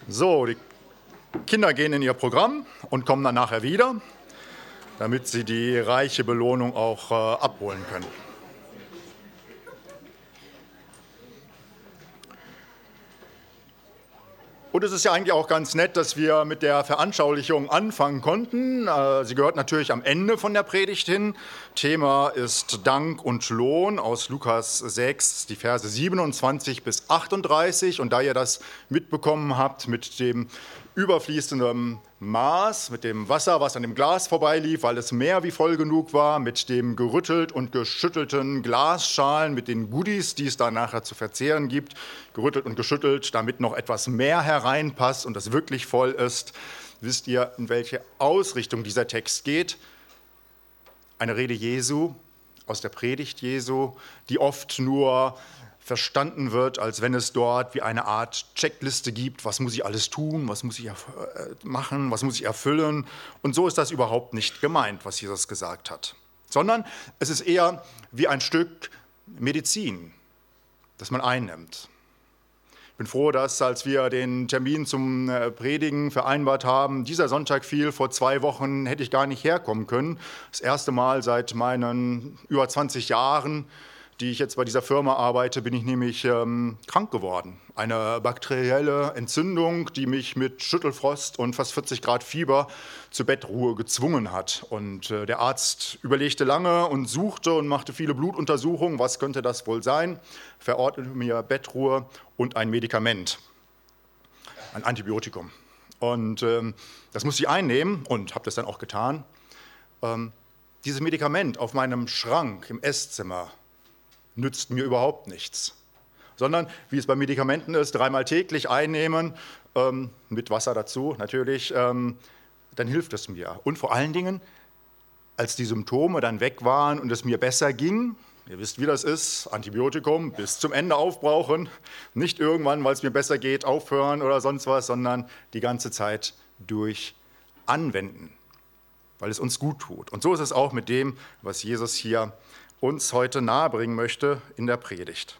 So, die Kinder gehen in ihr Programm und kommen dann nachher wieder, damit sie die reiche Belohnung auch abholen können. Und es ist ja eigentlich auch ganz nett, dass wir mit der Veranschaulichung anfangen konnten. Sie gehört natürlich am Ende von der Predigt hin. Thema ist Dank und Lohn aus Lukas 6, die Verse 27 bis 38. Und da ihr das mitbekommen habt mit dem überfließenden Maß, mit dem Wasser, was an dem Glas vorbeilief, weil es mehr wie voll genug war, mit dem gerüttelt und geschüttelten Glasschalen, mit den Goodies, die es da nachher zu verzehren gibt, gerüttelt und geschüttelt, damit noch etwas mehr hereinpasst und das wirklich voll ist. Wisst ihr, in welche Ausrichtung dieser Text geht? Eine Rede Jesu, aus der Predigt Jesu, die oft nur verstanden wird, als wenn es dort wie eine Art Checkliste gibt, was muss ich alles tun, was muss ich machen, was muss ich erfüllen. Und so ist das überhaupt nicht gemeint, was Jesus gesagt hat. Sondern es ist eher wie ein Stück Medizin, das man einnimmt. Ich bin froh, dass, als wir den Termin zum Predigen vereinbart haben, dieser Sonntag fiel. Vor 2 Wochen hätte ich gar nicht herkommen können. Das erste Mal seit meinen über 20 Jahren, die ich jetzt bei dieser Firma arbeite, bin ich nämlich krank geworden. Eine bakterielle Entzündung, die mich mit Schüttelfrost und fast 40 Grad Fieber zur Bettruhe gezwungen hat. Und der Arzt überlegte lange und suchte und machte viele Blutuntersuchungen. Was könnte das wohl sein? Verordnete mir Bettruhe und ein Medikament, ein Antibiotikum. Und das musste ich einnehmen und habe das dann auch getan. Dieses Medikament auf meinem Schrank im Esszimmer nützt mir überhaupt nichts, sondern wie es bei Medikamenten ist, 3-mal täglich einnehmen, mit Wasser dazu natürlich, dann hilft es mir. Und vor allen Dingen, als die Symptome dann weg waren und es mir besser ging, ihr wisst, wie das ist, Antibiotikum bis zum Ende aufbrauchen, nicht irgendwann, weil es mir besser geht, aufhören oder sonst was, sondern die ganze Zeit durch anwenden, weil es uns gut tut. Und so ist es auch mit dem, was Jesus hier uns heute nahebringen möchte in der Predigt.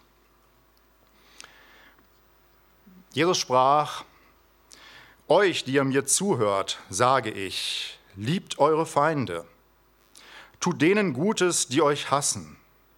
Jesus sprach: Euch, die ihr mir zuhört, sage ich, liebt eure Feinde, tut denen Gutes, die euch hassen,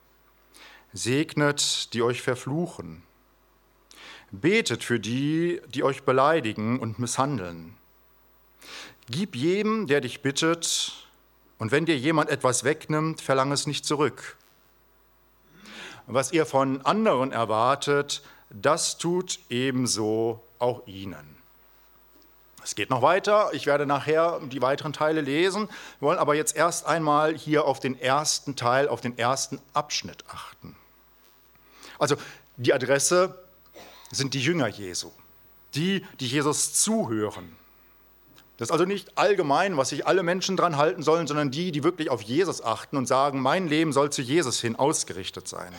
segnet, die euch verfluchen, betet für die, die euch beleidigen und misshandeln. Gib jedem, der dich bittet, und wenn dir jemand etwas wegnimmt, verlang es nicht zurück. Was ihr von anderen erwartet, das tut ebenso auch ihnen. Es geht noch weiter. Ich werde nachher die weiteren Teile lesen. Wir wollen aber jetzt erst einmal hier auf den ersten Teil, auf den ersten Abschnitt achten. Also die Adresse sind die Jünger Jesu, die Jesus zuhören. Das ist also nicht allgemein, was sich alle Menschen dran halten sollen, sondern die, die wirklich auf Jesus achten und sagen, mein Leben soll zu Jesus hin ausgerichtet sein.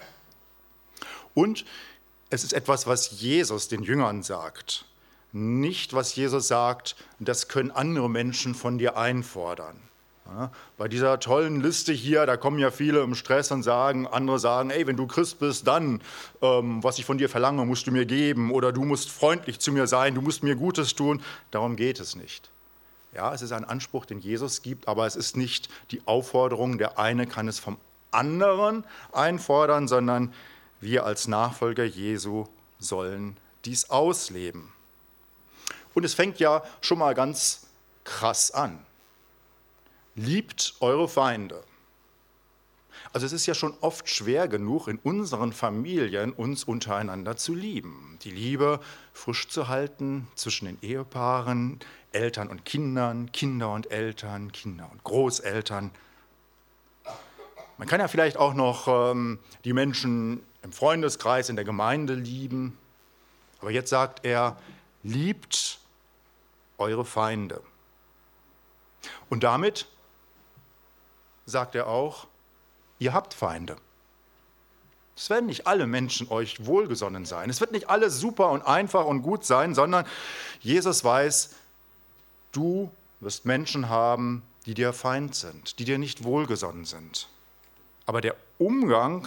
Und es ist etwas, was Jesus den Jüngern sagt. Nicht, was Jesus sagt, das können andere Menschen von dir einfordern. Ja, bei dieser tollen Liste hier, da kommen ja viele im Stress und sagen, andere sagen, ey, wenn du Christ bist, dann, was ich von dir verlange, musst du mir geben oder du musst freundlich zu mir sein, du musst mir Gutes tun. Darum geht es nicht. Ja, es ist ein Anspruch, den Jesus gibt, aber es ist nicht die Aufforderung, der eine kann es vom anderen einfordern, sondern wir als Nachfolger Jesu sollen dies ausleben. Und es fängt ja schon mal ganz krass an. Liebt eure Feinde. Also es ist ja schon oft schwer genug, in unseren Familien uns untereinander zu lieben. Die Liebe frisch zu halten zwischen den Ehepaaren, Eltern und Kindern, Kinder und Eltern, Kinder und Großeltern. Man kann ja vielleicht auch noch die Menschen im Freundeskreis, in der Gemeinde lieben. Aber jetzt sagt er, liebt eure Feinde. Und damit sagt er auch, ihr habt Feinde. Es werden nicht alle Menschen euch wohlgesonnen sein. Es wird nicht alles super und einfach und gut sein, sondern Jesus weiß, du wirst Menschen haben, die dir Feind sind, die dir nicht wohlgesonnen sind. Aber der Umgang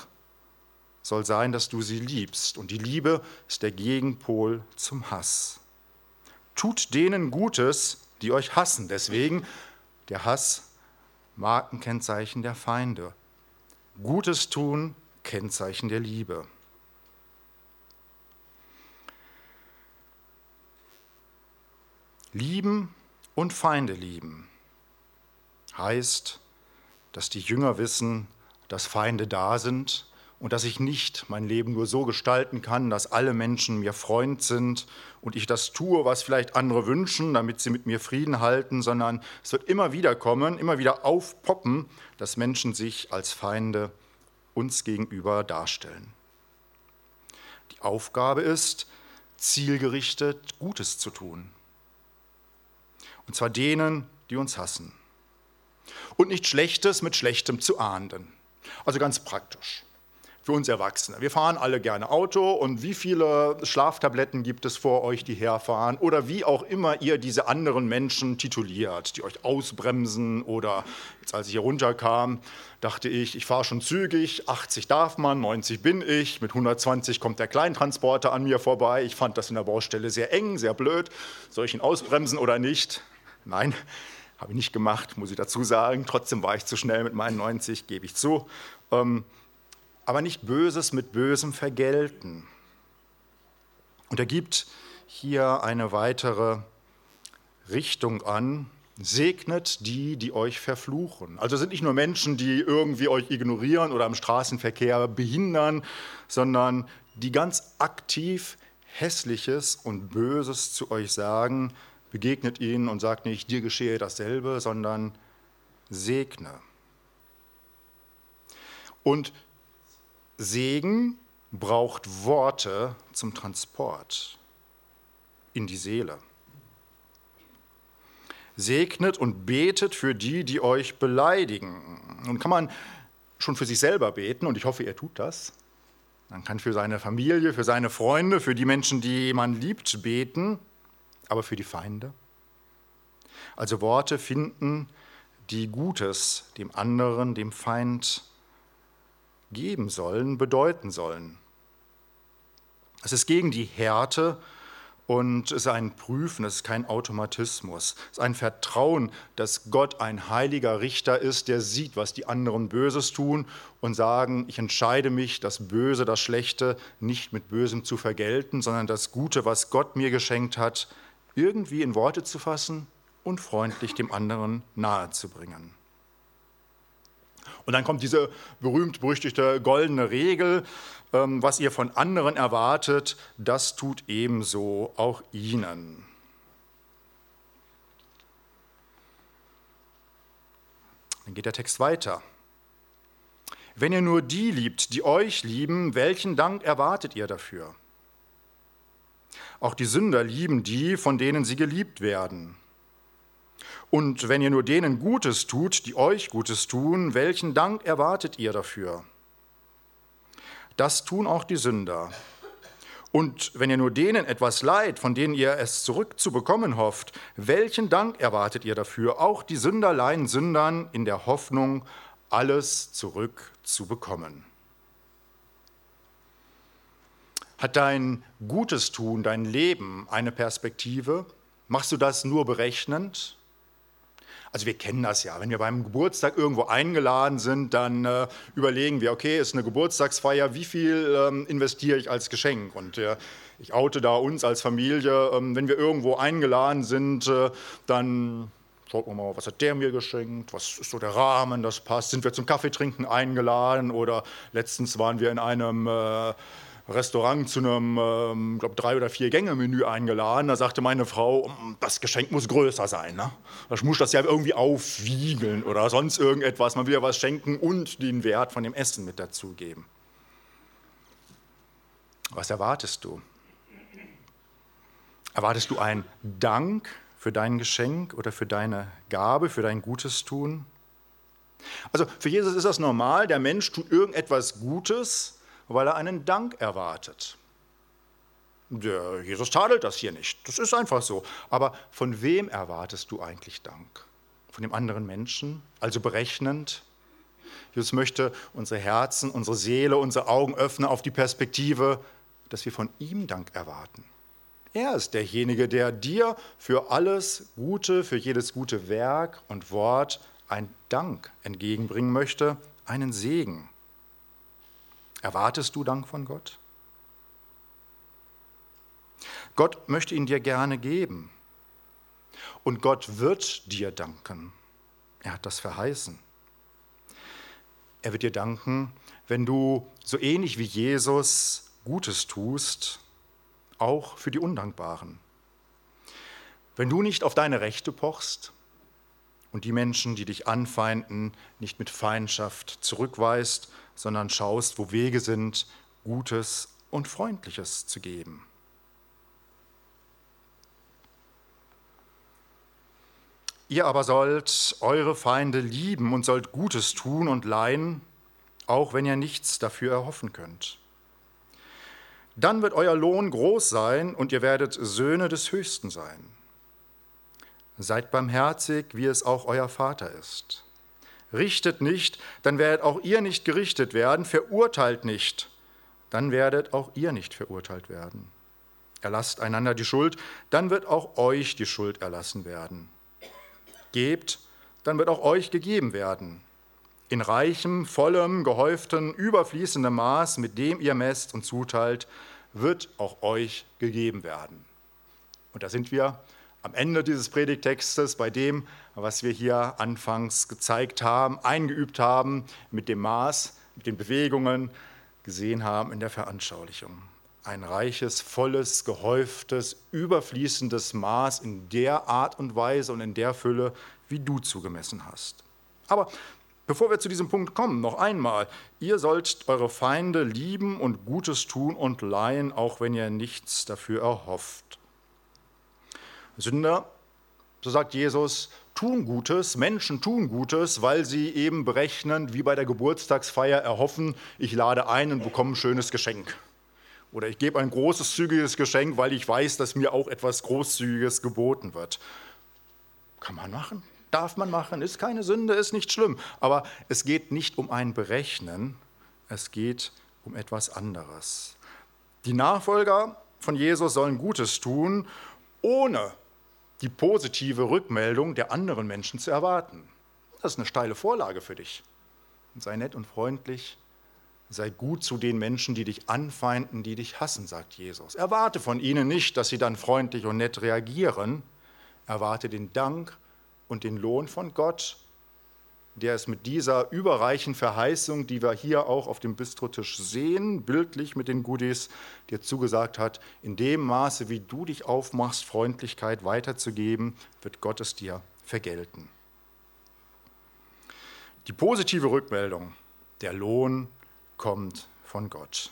soll sein, dass du sie liebst. Und die Liebe ist der Gegenpol zum Hass. Tut denen Gutes, die euch hassen. Deswegen der Hass, Markenkennzeichen der Feinde. Gutes tun, Kennzeichen der Liebe. Lieben und Feinde lieben heißt, dass die Jünger wissen, dass Feinde da sind und dass ich nicht mein Leben nur so gestalten kann, dass alle Menschen mir Freund sind und ich das tue, was vielleicht andere wünschen, damit sie mit mir Frieden halten, sondern es wird immer wieder kommen, immer wieder aufpoppen, dass Menschen sich als Feinde uns gegenüber darstellen. Die Aufgabe ist, zielgerichtet Gutes zu tun. Und zwar denen, die uns hassen. Und nicht Schlechtes mit Schlechtem zu ahnden. Also ganz praktisch. Für uns Erwachsene. Wir fahren alle gerne Auto und wie viele Schlaftabletten gibt es vor euch, die herfahren oder wie auch immer ihr diese anderen Menschen tituliert, die euch ausbremsen oder jetzt als ich hier runterkam, dachte ich, ich fahre schon zügig, 80 darf man, 90 bin ich, mit 120 kommt der Kleintransporter an mir vorbei. Ich fand das in der Baustelle sehr eng, sehr blöd. Soll ich ihn ausbremsen oder nicht? Nein, habe ich nicht gemacht, muss ich dazu sagen. Trotzdem war ich zu schnell mit meinen 90, gebe ich zu. Aber nicht Böses mit Bösem vergelten. Und er gibt hier eine weitere Richtung an. Segnet die, die euch verfluchen. Also es sind nicht nur Menschen, die irgendwie euch ignorieren oder im Straßenverkehr behindern, sondern die ganz aktiv Hässliches und Böses zu euch sagen. Begegnet ihnen und sagt nicht, dir geschehe dasselbe, sondern segne. Und Segen braucht Worte zum Transport in die Seele. Segnet und betet für die, die euch beleidigen. Nun kann man schon für sich selber beten und ich hoffe, ihr tut das. Man kann für seine Familie, für seine Freunde, für die Menschen, die man liebt, beten, aber für die Feinde. Also Worte finden, die Gutes dem anderen, dem Feind geben sollen, bedeuten sollen. Es ist gegen die Härte und es ist ein Prüfen, es ist kein Automatismus. Es ist ein Vertrauen, dass Gott ein heiliger Richter ist, der sieht, was die anderen Böses tun und sagen, ich entscheide mich, das Böse, das Schlechte nicht mit Bösem zu vergelten, sondern das Gute, was Gott mir geschenkt hat, irgendwie in Worte zu fassen und freundlich dem anderen nahezubringen. Und dann kommt diese berühmt-berüchtigte goldene Regel, was ihr von anderen erwartet, das tut ebenso auch ihnen. Dann geht der Text weiter. Wenn ihr nur die liebt, die euch lieben, welchen Dank erwartet ihr dafür? Auch die Sünder lieben die, von denen sie geliebt werden. Und wenn ihr nur denen Gutes tut, die euch Gutes tun, welchen Dank erwartet ihr dafür? Das tun auch die Sünder. Und wenn ihr nur denen etwas leiht, von denen ihr es zurückzubekommen hofft, welchen Dank erwartet ihr dafür? Auch die Sünder leihen Sündern in der Hoffnung, alles zurückzubekommen. Hat dein Gutes tun, dein Leben eine Perspektive? Machst du das nur berechnend? Also wir kennen das ja, wenn wir beim Geburtstag irgendwo eingeladen sind, dann überlegen wir, okay, ist eine Geburtstagsfeier, wie viel investiere ich als Geschenk? Und ich oute da uns als Familie, wenn wir irgendwo eingeladen sind, dann schaut man mal, was hat der mir geschenkt, was ist so der Rahmen, das passt, sind wir zum Kaffeetrinken eingeladen oder letztens waren wir in einem Restaurant zu einem, glaube 3 oder 4 Gänge-Menü eingeladen. Da sagte meine Frau, das Geschenk muss größer sein. Ne? Ich muss das ja irgendwie aufwiegeln oder sonst irgendetwas. Man will ja was schenken und den Wert von dem Essen mit dazugeben. Was erwartest du? Erwartest du einen Dank für dein Geschenk oder für deine Gabe, für dein Gutes tun? Also für Jesus ist das normal, der Mensch tut irgendetwas Gutes, weil er einen Dank erwartet. Jesus tadelt das hier nicht, das ist einfach so. Aber von wem erwartest du eigentlich Dank? Von dem anderen Menschen, also berechnend? Jesus möchte unsere Herzen, unsere Seele, unsere Augen öffnen auf die Perspektive, dass wir von ihm Dank erwarten. Er ist derjenige, der dir für alles Gute, für jedes gute Werk und Wort einen Dank entgegenbringen möchte, einen Segen. Erwartest du Dank von Gott? Gott möchte ihn dir gerne geben. Und Gott wird dir danken. Er hat das verheißen. Er wird dir danken, wenn du so ähnlich wie Jesus Gutes tust, auch für die Undankbaren. Wenn du nicht auf deine Rechte pochst und die Menschen, die dich anfeinden, nicht mit Feindschaft zurückweist, sondern schaust, wo Wege sind, Gutes und Freundliches zu geben. Ihr aber sollt eure Feinde lieben und sollt Gutes tun und leihen, auch wenn ihr nichts dafür erhoffen könnt. Dann wird euer Lohn groß sein und ihr werdet Söhne des Höchsten sein. Seid barmherzig, wie es auch euer Vater ist. Richtet nicht, dann werdet auch ihr nicht gerichtet werden. Verurteilt nicht, dann werdet auch ihr nicht verurteilt werden. Erlasst einander die Schuld, dann wird auch euch die Schuld erlassen werden. Gebt, dann wird auch euch gegeben werden. In reichem, vollem, gehäuftem, überfließendem Maß, mit dem ihr messt und zuteilt, wird auch euch gegeben werden. Und da sind wir am Ende dieses Predigtextes bei dem, was wir hier anfangs gezeigt haben, eingeübt haben, mit dem Maß, mit den Bewegungen gesehen haben in der Veranschaulichung. Ein reiches, volles, gehäuftes, überfließendes Maß in der Art und Weise und in der Fülle, wie du zugemessen hast. Aber bevor wir zu diesem Punkt kommen, noch einmal, ihr sollt eure Feinde lieben und Gutes tun und leihen, auch wenn ihr nichts dafür erhofft. Sünder, so sagt Jesus, tun Gutes, Menschen tun Gutes, weil sie eben berechnend, wie bei der Geburtstagsfeier erhoffen, ich lade ein und bekomme ein schönes Geschenk. Oder ich gebe ein großzügiges Geschenk, weil ich weiß, dass mir auch etwas Großzügiges geboten wird. Kann man machen, darf man machen, ist keine Sünde, ist nicht schlimm. Aber es geht nicht um ein Berechnen, es geht um etwas anderes. Die Nachfolger von Jesus sollen Gutes tun, ohne die positive Rückmeldung der anderen Menschen zu erwarten. Das ist eine steile Vorlage für dich. Sei nett und freundlich. Sei gut zu den Menschen, die dich anfeinden, die dich hassen, sagt Jesus. Erwarte von ihnen nicht, dass sie dann freundlich und nett reagieren. Erwarte den Dank und den Lohn von Gott, der es mit dieser überreichen Verheißung, die wir hier auch auf dem Bistrotisch sehen, bildlich mit den Goodies, dir zugesagt hat, in dem Maße, wie du dich aufmachst, Freundlichkeit weiterzugeben, wird Gott es dir vergelten. Die positive Rückmeldung, der Lohn, kommt von Gott.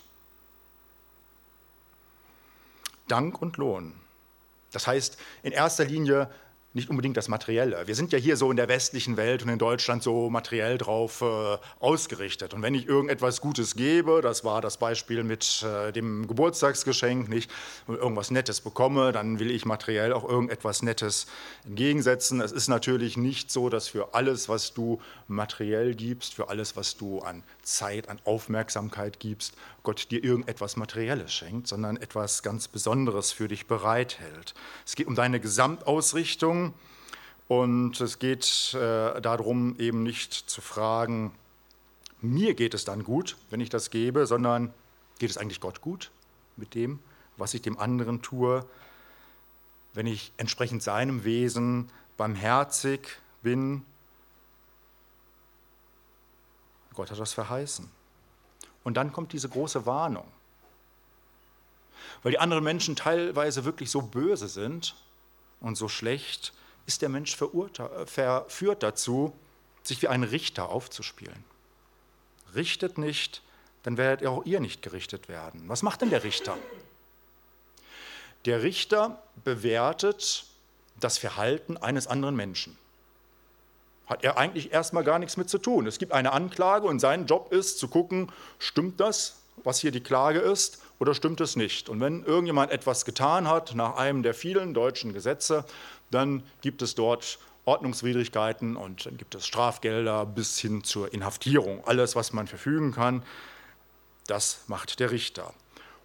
Dank und Lohn. Das heißt in erster Linie nicht unbedingt das Materielle. Wir sind ja hier so in der westlichen Welt und in Deutschland so materiell drauf ausgerichtet. Und wenn ich irgendetwas Gutes gebe, das war das Beispiel mit dem Geburtstagsgeschenk, nicht, und irgendwas Nettes bekomme, dann will ich materiell auch irgendetwas Nettes entgegensetzen. Es ist natürlich nicht so, dass für alles, was du materiell gibst, für alles, was du an Zeit, an Aufmerksamkeit gibst, Gott dir irgendetwas Materielles schenkt, sondern etwas ganz Besonderes für dich bereithält. Es geht um deine Gesamtausrichtung und es geht darum, eben nicht zu fragen, mir geht es dann gut, wenn ich das gebe, sondern geht es eigentlich Gott gut mit dem, was ich dem anderen tue, wenn ich entsprechend seinem Wesen barmherzig bin. Gott hat das verheißen. Und dann kommt diese große Warnung, weil die anderen Menschen teilweise wirklich so böse sind und so schlecht, ist der Mensch verführt dazu, sich wie ein Richter aufzuspielen. Richtet nicht, dann werdet auch ihr nicht gerichtet werden. Was macht denn der Richter? Der Richter bewertet das Verhalten eines anderen Menschen. Hat er eigentlich erstmal gar nichts mit zu tun. Es gibt eine Anklage und sein Job ist zu gucken, stimmt das, was hier die Klage ist, oder stimmt es nicht. Und wenn irgendjemand etwas getan hat nach einem der vielen deutschen Gesetze, dann gibt es dort Ordnungswidrigkeiten und dann gibt es Strafgelder bis hin zur Inhaftierung. Alles, was man verfügen kann, das macht der Richter.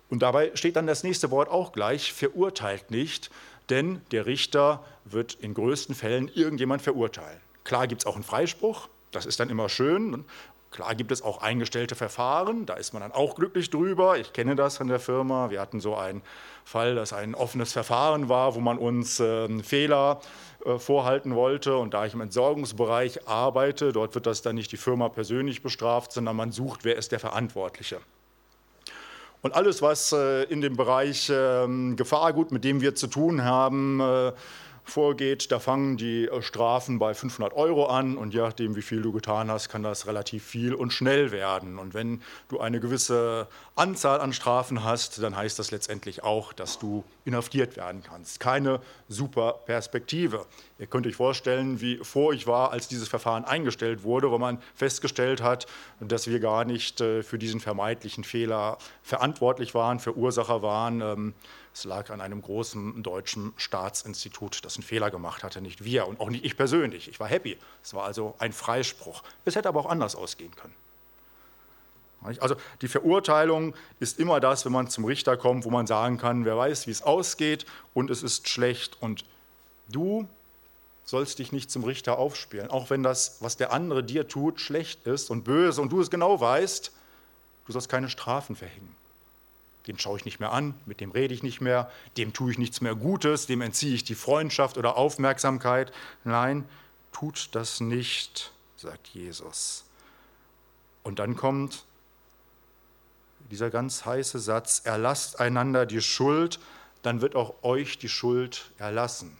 Und dabei steht dann das nächste Wort auch gleich, verurteilt nicht, denn der Richter wird in größten Fällen irgendjemand verurteilen. Klar gibt es auch einen Freispruch, das ist dann immer schön. Klar gibt es auch eingestellte Verfahren, da ist man dann auch glücklich drüber. Ich kenne das von der Firma. Wir hatten so einen Fall, dass ein offenes Verfahren war, wo man uns Fehler vorhalten wollte. Und da ich im Entsorgungsbereich arbeite, dort wird das dann nicht die Firma persönlich bestraft, sondern man sucht, wer ist der Verantwortliche. Und alles, was in dem Bereich Gefahrgut, mit dem wir zu tun haben, vorgeht, da fangen die Strafen bei 500 € an und je nachdem, wie viel du getan hast, kann das relativ viel und schnell werden. Und wenn du eine gewisse Anzahl an Strafen hast, dann heißt das letztendlich auch, dass du inhaftiert werden kannst. Keine super Perspektive. Ihr könnt euch vorstellen, wie froh ich war, als dieses Verfahren eingestellt wurde, wo man festgestellt hat, dass wir gar nicht für diesen vermeintlichen Fehler verantwortlich waren, Verursacher waren. Es lag an einem großen deutschen Staatsinstitut, das einen Fehler gemacht hatte, nicht wir und auch nicht ich persönlich. Ich war happy. Es war also ein Freispruch. Es hätte aber auch anders ausgehen können. Also die Verurteilung ist immer das, wenn man zum Richter kommt, wo man sagen kann, wer weiß, wie es ausgeht und es ist schlecht. Und du sollst dich nicht zum Richter aufspielen, auch wenn das, was der andere dir tut, schlecht ist und böse und du es genau weißt, du sollst keine Strafen verhängen. Den schaue ich nicht mehr an, mit dem rede ich nicht mehr, dem tue ich nichts mehr Gutes, dem entziehe ich die Freundschaft oder Aufmerksamkeit. Nein, tut das nicht, sagt Jesus. Und dann kommt dieser ganz heiße Satz, erlasst einander die Schuld, dann wird auch euch die Schuld erlassen.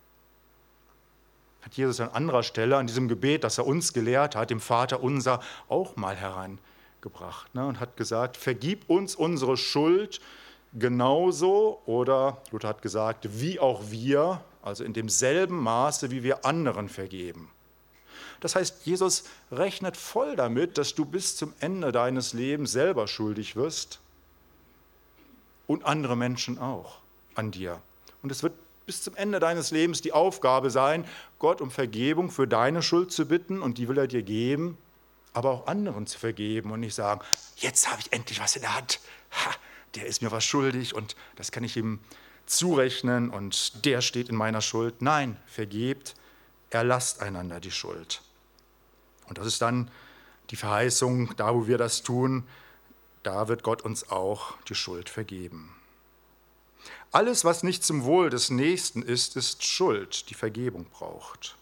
Hat Jesus an anderer Stelle, an diesem Gebet, das er uns gelehrt hat, dem Vater unser, auch mal herangebracht und hat gesagt, vergib uns unsere Schuld genauso, oder Luther hat gesagt, wie auch wir, also in demselben Maße, wie wir anderen vergeben. Das heißt, Jesus rechnet voll damit, dass du bis zum Ende deines Lebens selber schuldig wirst und andere Menschen auch an dir. Und es wird bis zum Ende deines Lebens die Aufgabe sein, Gott um Vergebung für deine Schuld zu bitten und die will er dir geben, aber auch anderen zu vergeben und nicht sagen, jetzt habe ich endlich was in der Hand, der ist mir was schuldig und das kann ich ihm zurechnen und der steht in meiner Schuld. Nein, vergebt, erlasst einander die Schuld. Und das ist dann die Verheißung, da wo wir das tun, da wird Gott uns auch die Schuld vergeben. Alles, was nicht zum Wohl des Nächsten ist, ist Schuld, die Vergebung braucht.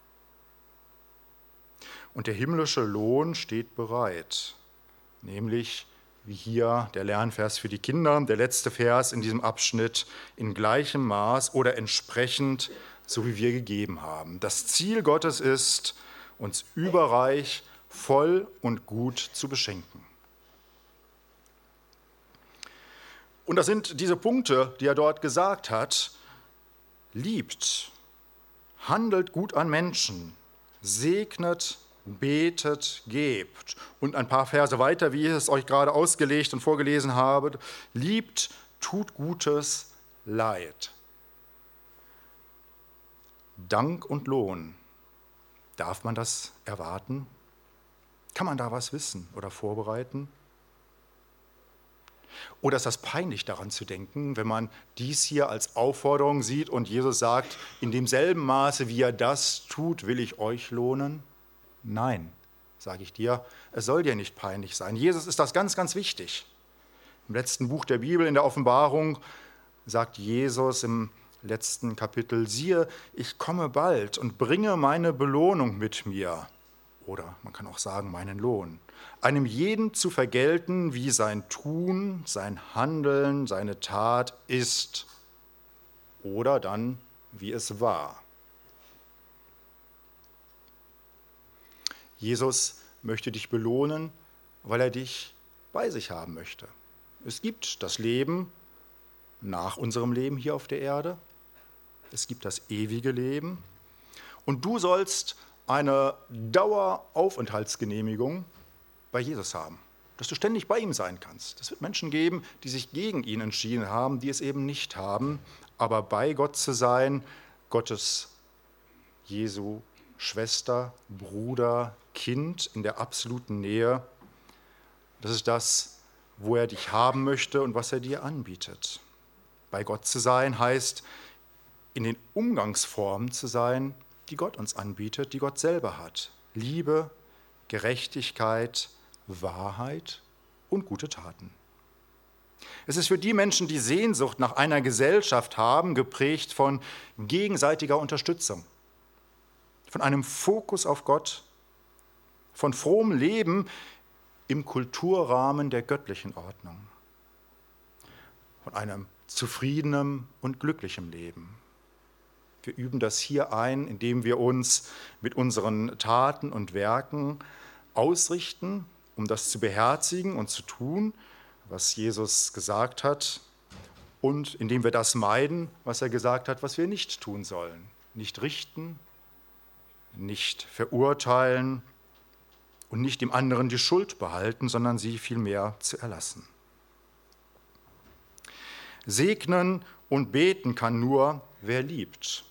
Und der himmlische Lohn steht bereit, nämlich wie hier der Lernvers für die Kinder, der letzte Vers in diesem Abschnitt, in gleichem Maß oder entsprechend, so wie wir gegeben haben. Das Ziel Gottes ist, uns überreich, voll und gut zu beschenken. Und das sind diese Punkte, die er dort gesagt hat. Liebt, handelt gut an Menschen, segnet, betet, gebt. Und ein paar Verse weiter, wie ich es euch gerade ausgelegt und vorgelesen habe. Liebt, tut Gutes, Leid. Dank und Lohn. Darf man das erwarten? Kann man da was wissen oder vorbereiten? Oder ist das peinlich, daran zu denken, wenn man dies hier als Aufforderung sieht und Jesus sagt, in demselben Maße, wie er das tut, will ich euch lohnen? Nein, sage ich dir, es soll dir nicht peinlich sein. Jesus ist das ganz, ganz wichtig. Im letzten Buch der Bibel, in der Offenbarung, sagt Jesus im letzten Kapitel, siehe, ich komme bald und bringe meine Belohnung mit mir. Oder man kann auch sagen, meinen Lohn. Einem jeden zu vergelten, wie sein Tun, sein Handeln, seine Tat ist. Oder dann, wie es war. Jesus möchte dich belohnen, weil er dich bei sich haben möchte. Es gibt das Leben nach unserem Leben hier auf der Erde. Es gibt das ewige Leben. Und du sollst eine Daueraufenthaltsgenehmigung bei Jesus haben, dass du ständig bei ihm sein kannst. Es wird Menschen geben, die sich gegen ihn entschieden haben, die es eben nicht haben, aber bei Gott zu sein, Gottes Jesu Schwester, Bruder, Kind in der absoluten Nähe, das ist das, wo er dich haben möchte und was er dir anbietet. Bei Gott zu sein heißt, in den Umgangsformen zu sein, die Gott uns anbietet, die Gott selber hat. Liebe, Gerechtigkeit, Wahrheit und gute Taten. Es ist für die Menschen, die Sehnsucht nach einer Gesellschaft haben, geprägt von gegenseitiger Unterstützung, von einem Fokus auf Gott, von frohem Leben im Kulturrahmen der göttlichen Ordnung, von einem zufriedenen und glücklichen Leben. Wir üben das hier ein, indem wir uns mit unseren Taten und Werken ausrichten, um das zu beherzigen und zu tun, was Jesus gesagt hat, und indem wir das meiden, was er gesagt hat, was wir nicht tun sollen. Nicht richten, nicht verurteilen und nicht dem anderen die Schuld behalten, sondern sie vielmehr zu erlassen. Segnen und beten kann nur, wer liebt.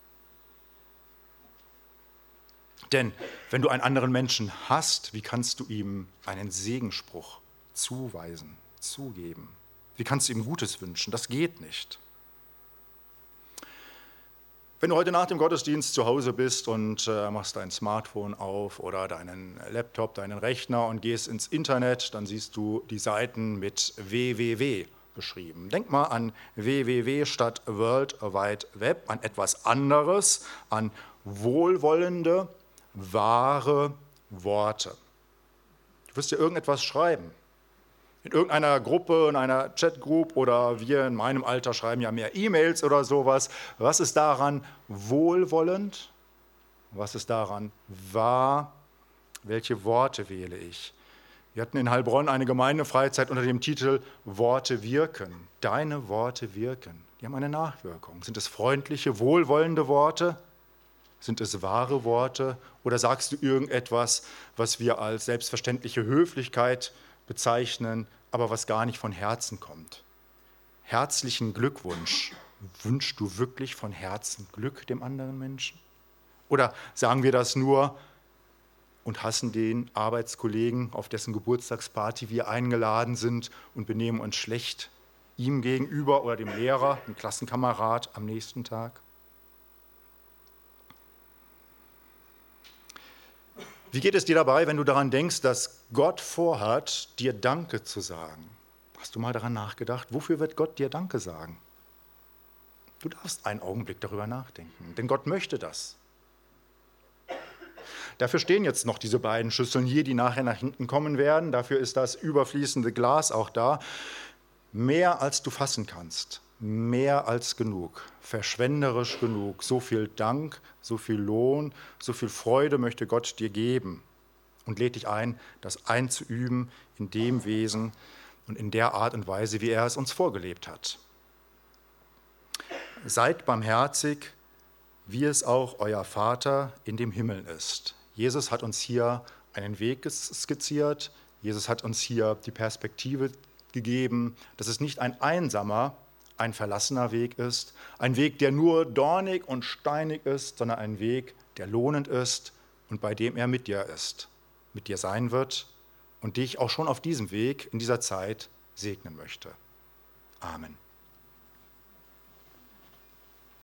Denn wenn du einen anderen Menschen hast, wie kannst du ihm einen Segensspruch zuweisen, zugeben? Wie kannst du ihm Gutes wünschen? Das geht nicht. Wenn du heute nach dem Gottesdienst zu Hause bist und machst dein Smartphone auf oder deinen Laptop, deinen Rechner und gehst ins Internet, dann siehst du die Seiten mit www beschrieben. Denk mal an www statt World Wide Web, an etwas anderes, an wohlwollende, wahre Worte. Du wirst dir irgendetwas schreiben. In irgendeiner Gruppe, in einer Chatgroup oder wir in meinem Alter schreiben ja mehr E-Mails oder sowas. Was ist daran wohlwollend? Was ist daran wahr? Welche Worte wähle ich? Wir hatten in Heilbronn eine Gemeindefreizeit unter dem Titel Worte wirken. Deine Worte wirken. Die haben eine Nachwirkung. Sind es freundliche, wohlwollende Worte? Sind es wahre Worte? Oder sagst du irgendetwas, was wir als selbstverständliche Höflichkeit bezeichnen, aber was gar nicht von Herzen kommt? Herzlichen Glückwunsch. Wünschst du wirklich von Herzen Glück dem anderen Menschen? Oder sagen wir das nur und hassen den Arbeitskollegen, auf dessen Geburtstagsparty wir eingeladen sind, und benehmen uns schlecht ihm gegenüber oder dem Lehrer, dem Klassenkamerad am nächsten Tag? Wie geht es dir dabei, wenn du daran denkst, dass Gott vorhat, dir Danke zu sagen? Hast du mal daran nachgedacht, wofür wird Gott dir Danke sagen? Du darfst einen Augenblick darüber nachdenken, denn Gott möchte das. Dafür stehen jetzt noch diese beiden Schüsseln hier, die nachher nach hinten kommen werden. Dafür ist das überfließende Glas auch da. Mehr als du fassen kannst, mehr als genug, verschwenderisch genug. So viel Dank, so viel Lohn, so viel Freude möchte Gott dir geben und lädt dich ein, das einzuüben in dem Wesen und in der Art und Weise, wie er es uns vorgelebt hat. Seid barmherzig, wie es auch euer Vater in dem Himmel ist. Jesus hat uns hier einen Weg skizziert. Jesus hat uns hier die Perspektive gegeben, dass es nicht ein einsamer, ein verlassener Weg ist, ein Weg, der nur dornig und steinig ist, sondern ein Weg, der lohnend ist und bei dem er mit dir ist, mit dir sein wird und dich auch schon auf diesem Weg in dieser Zeit segnen möchte. Amen.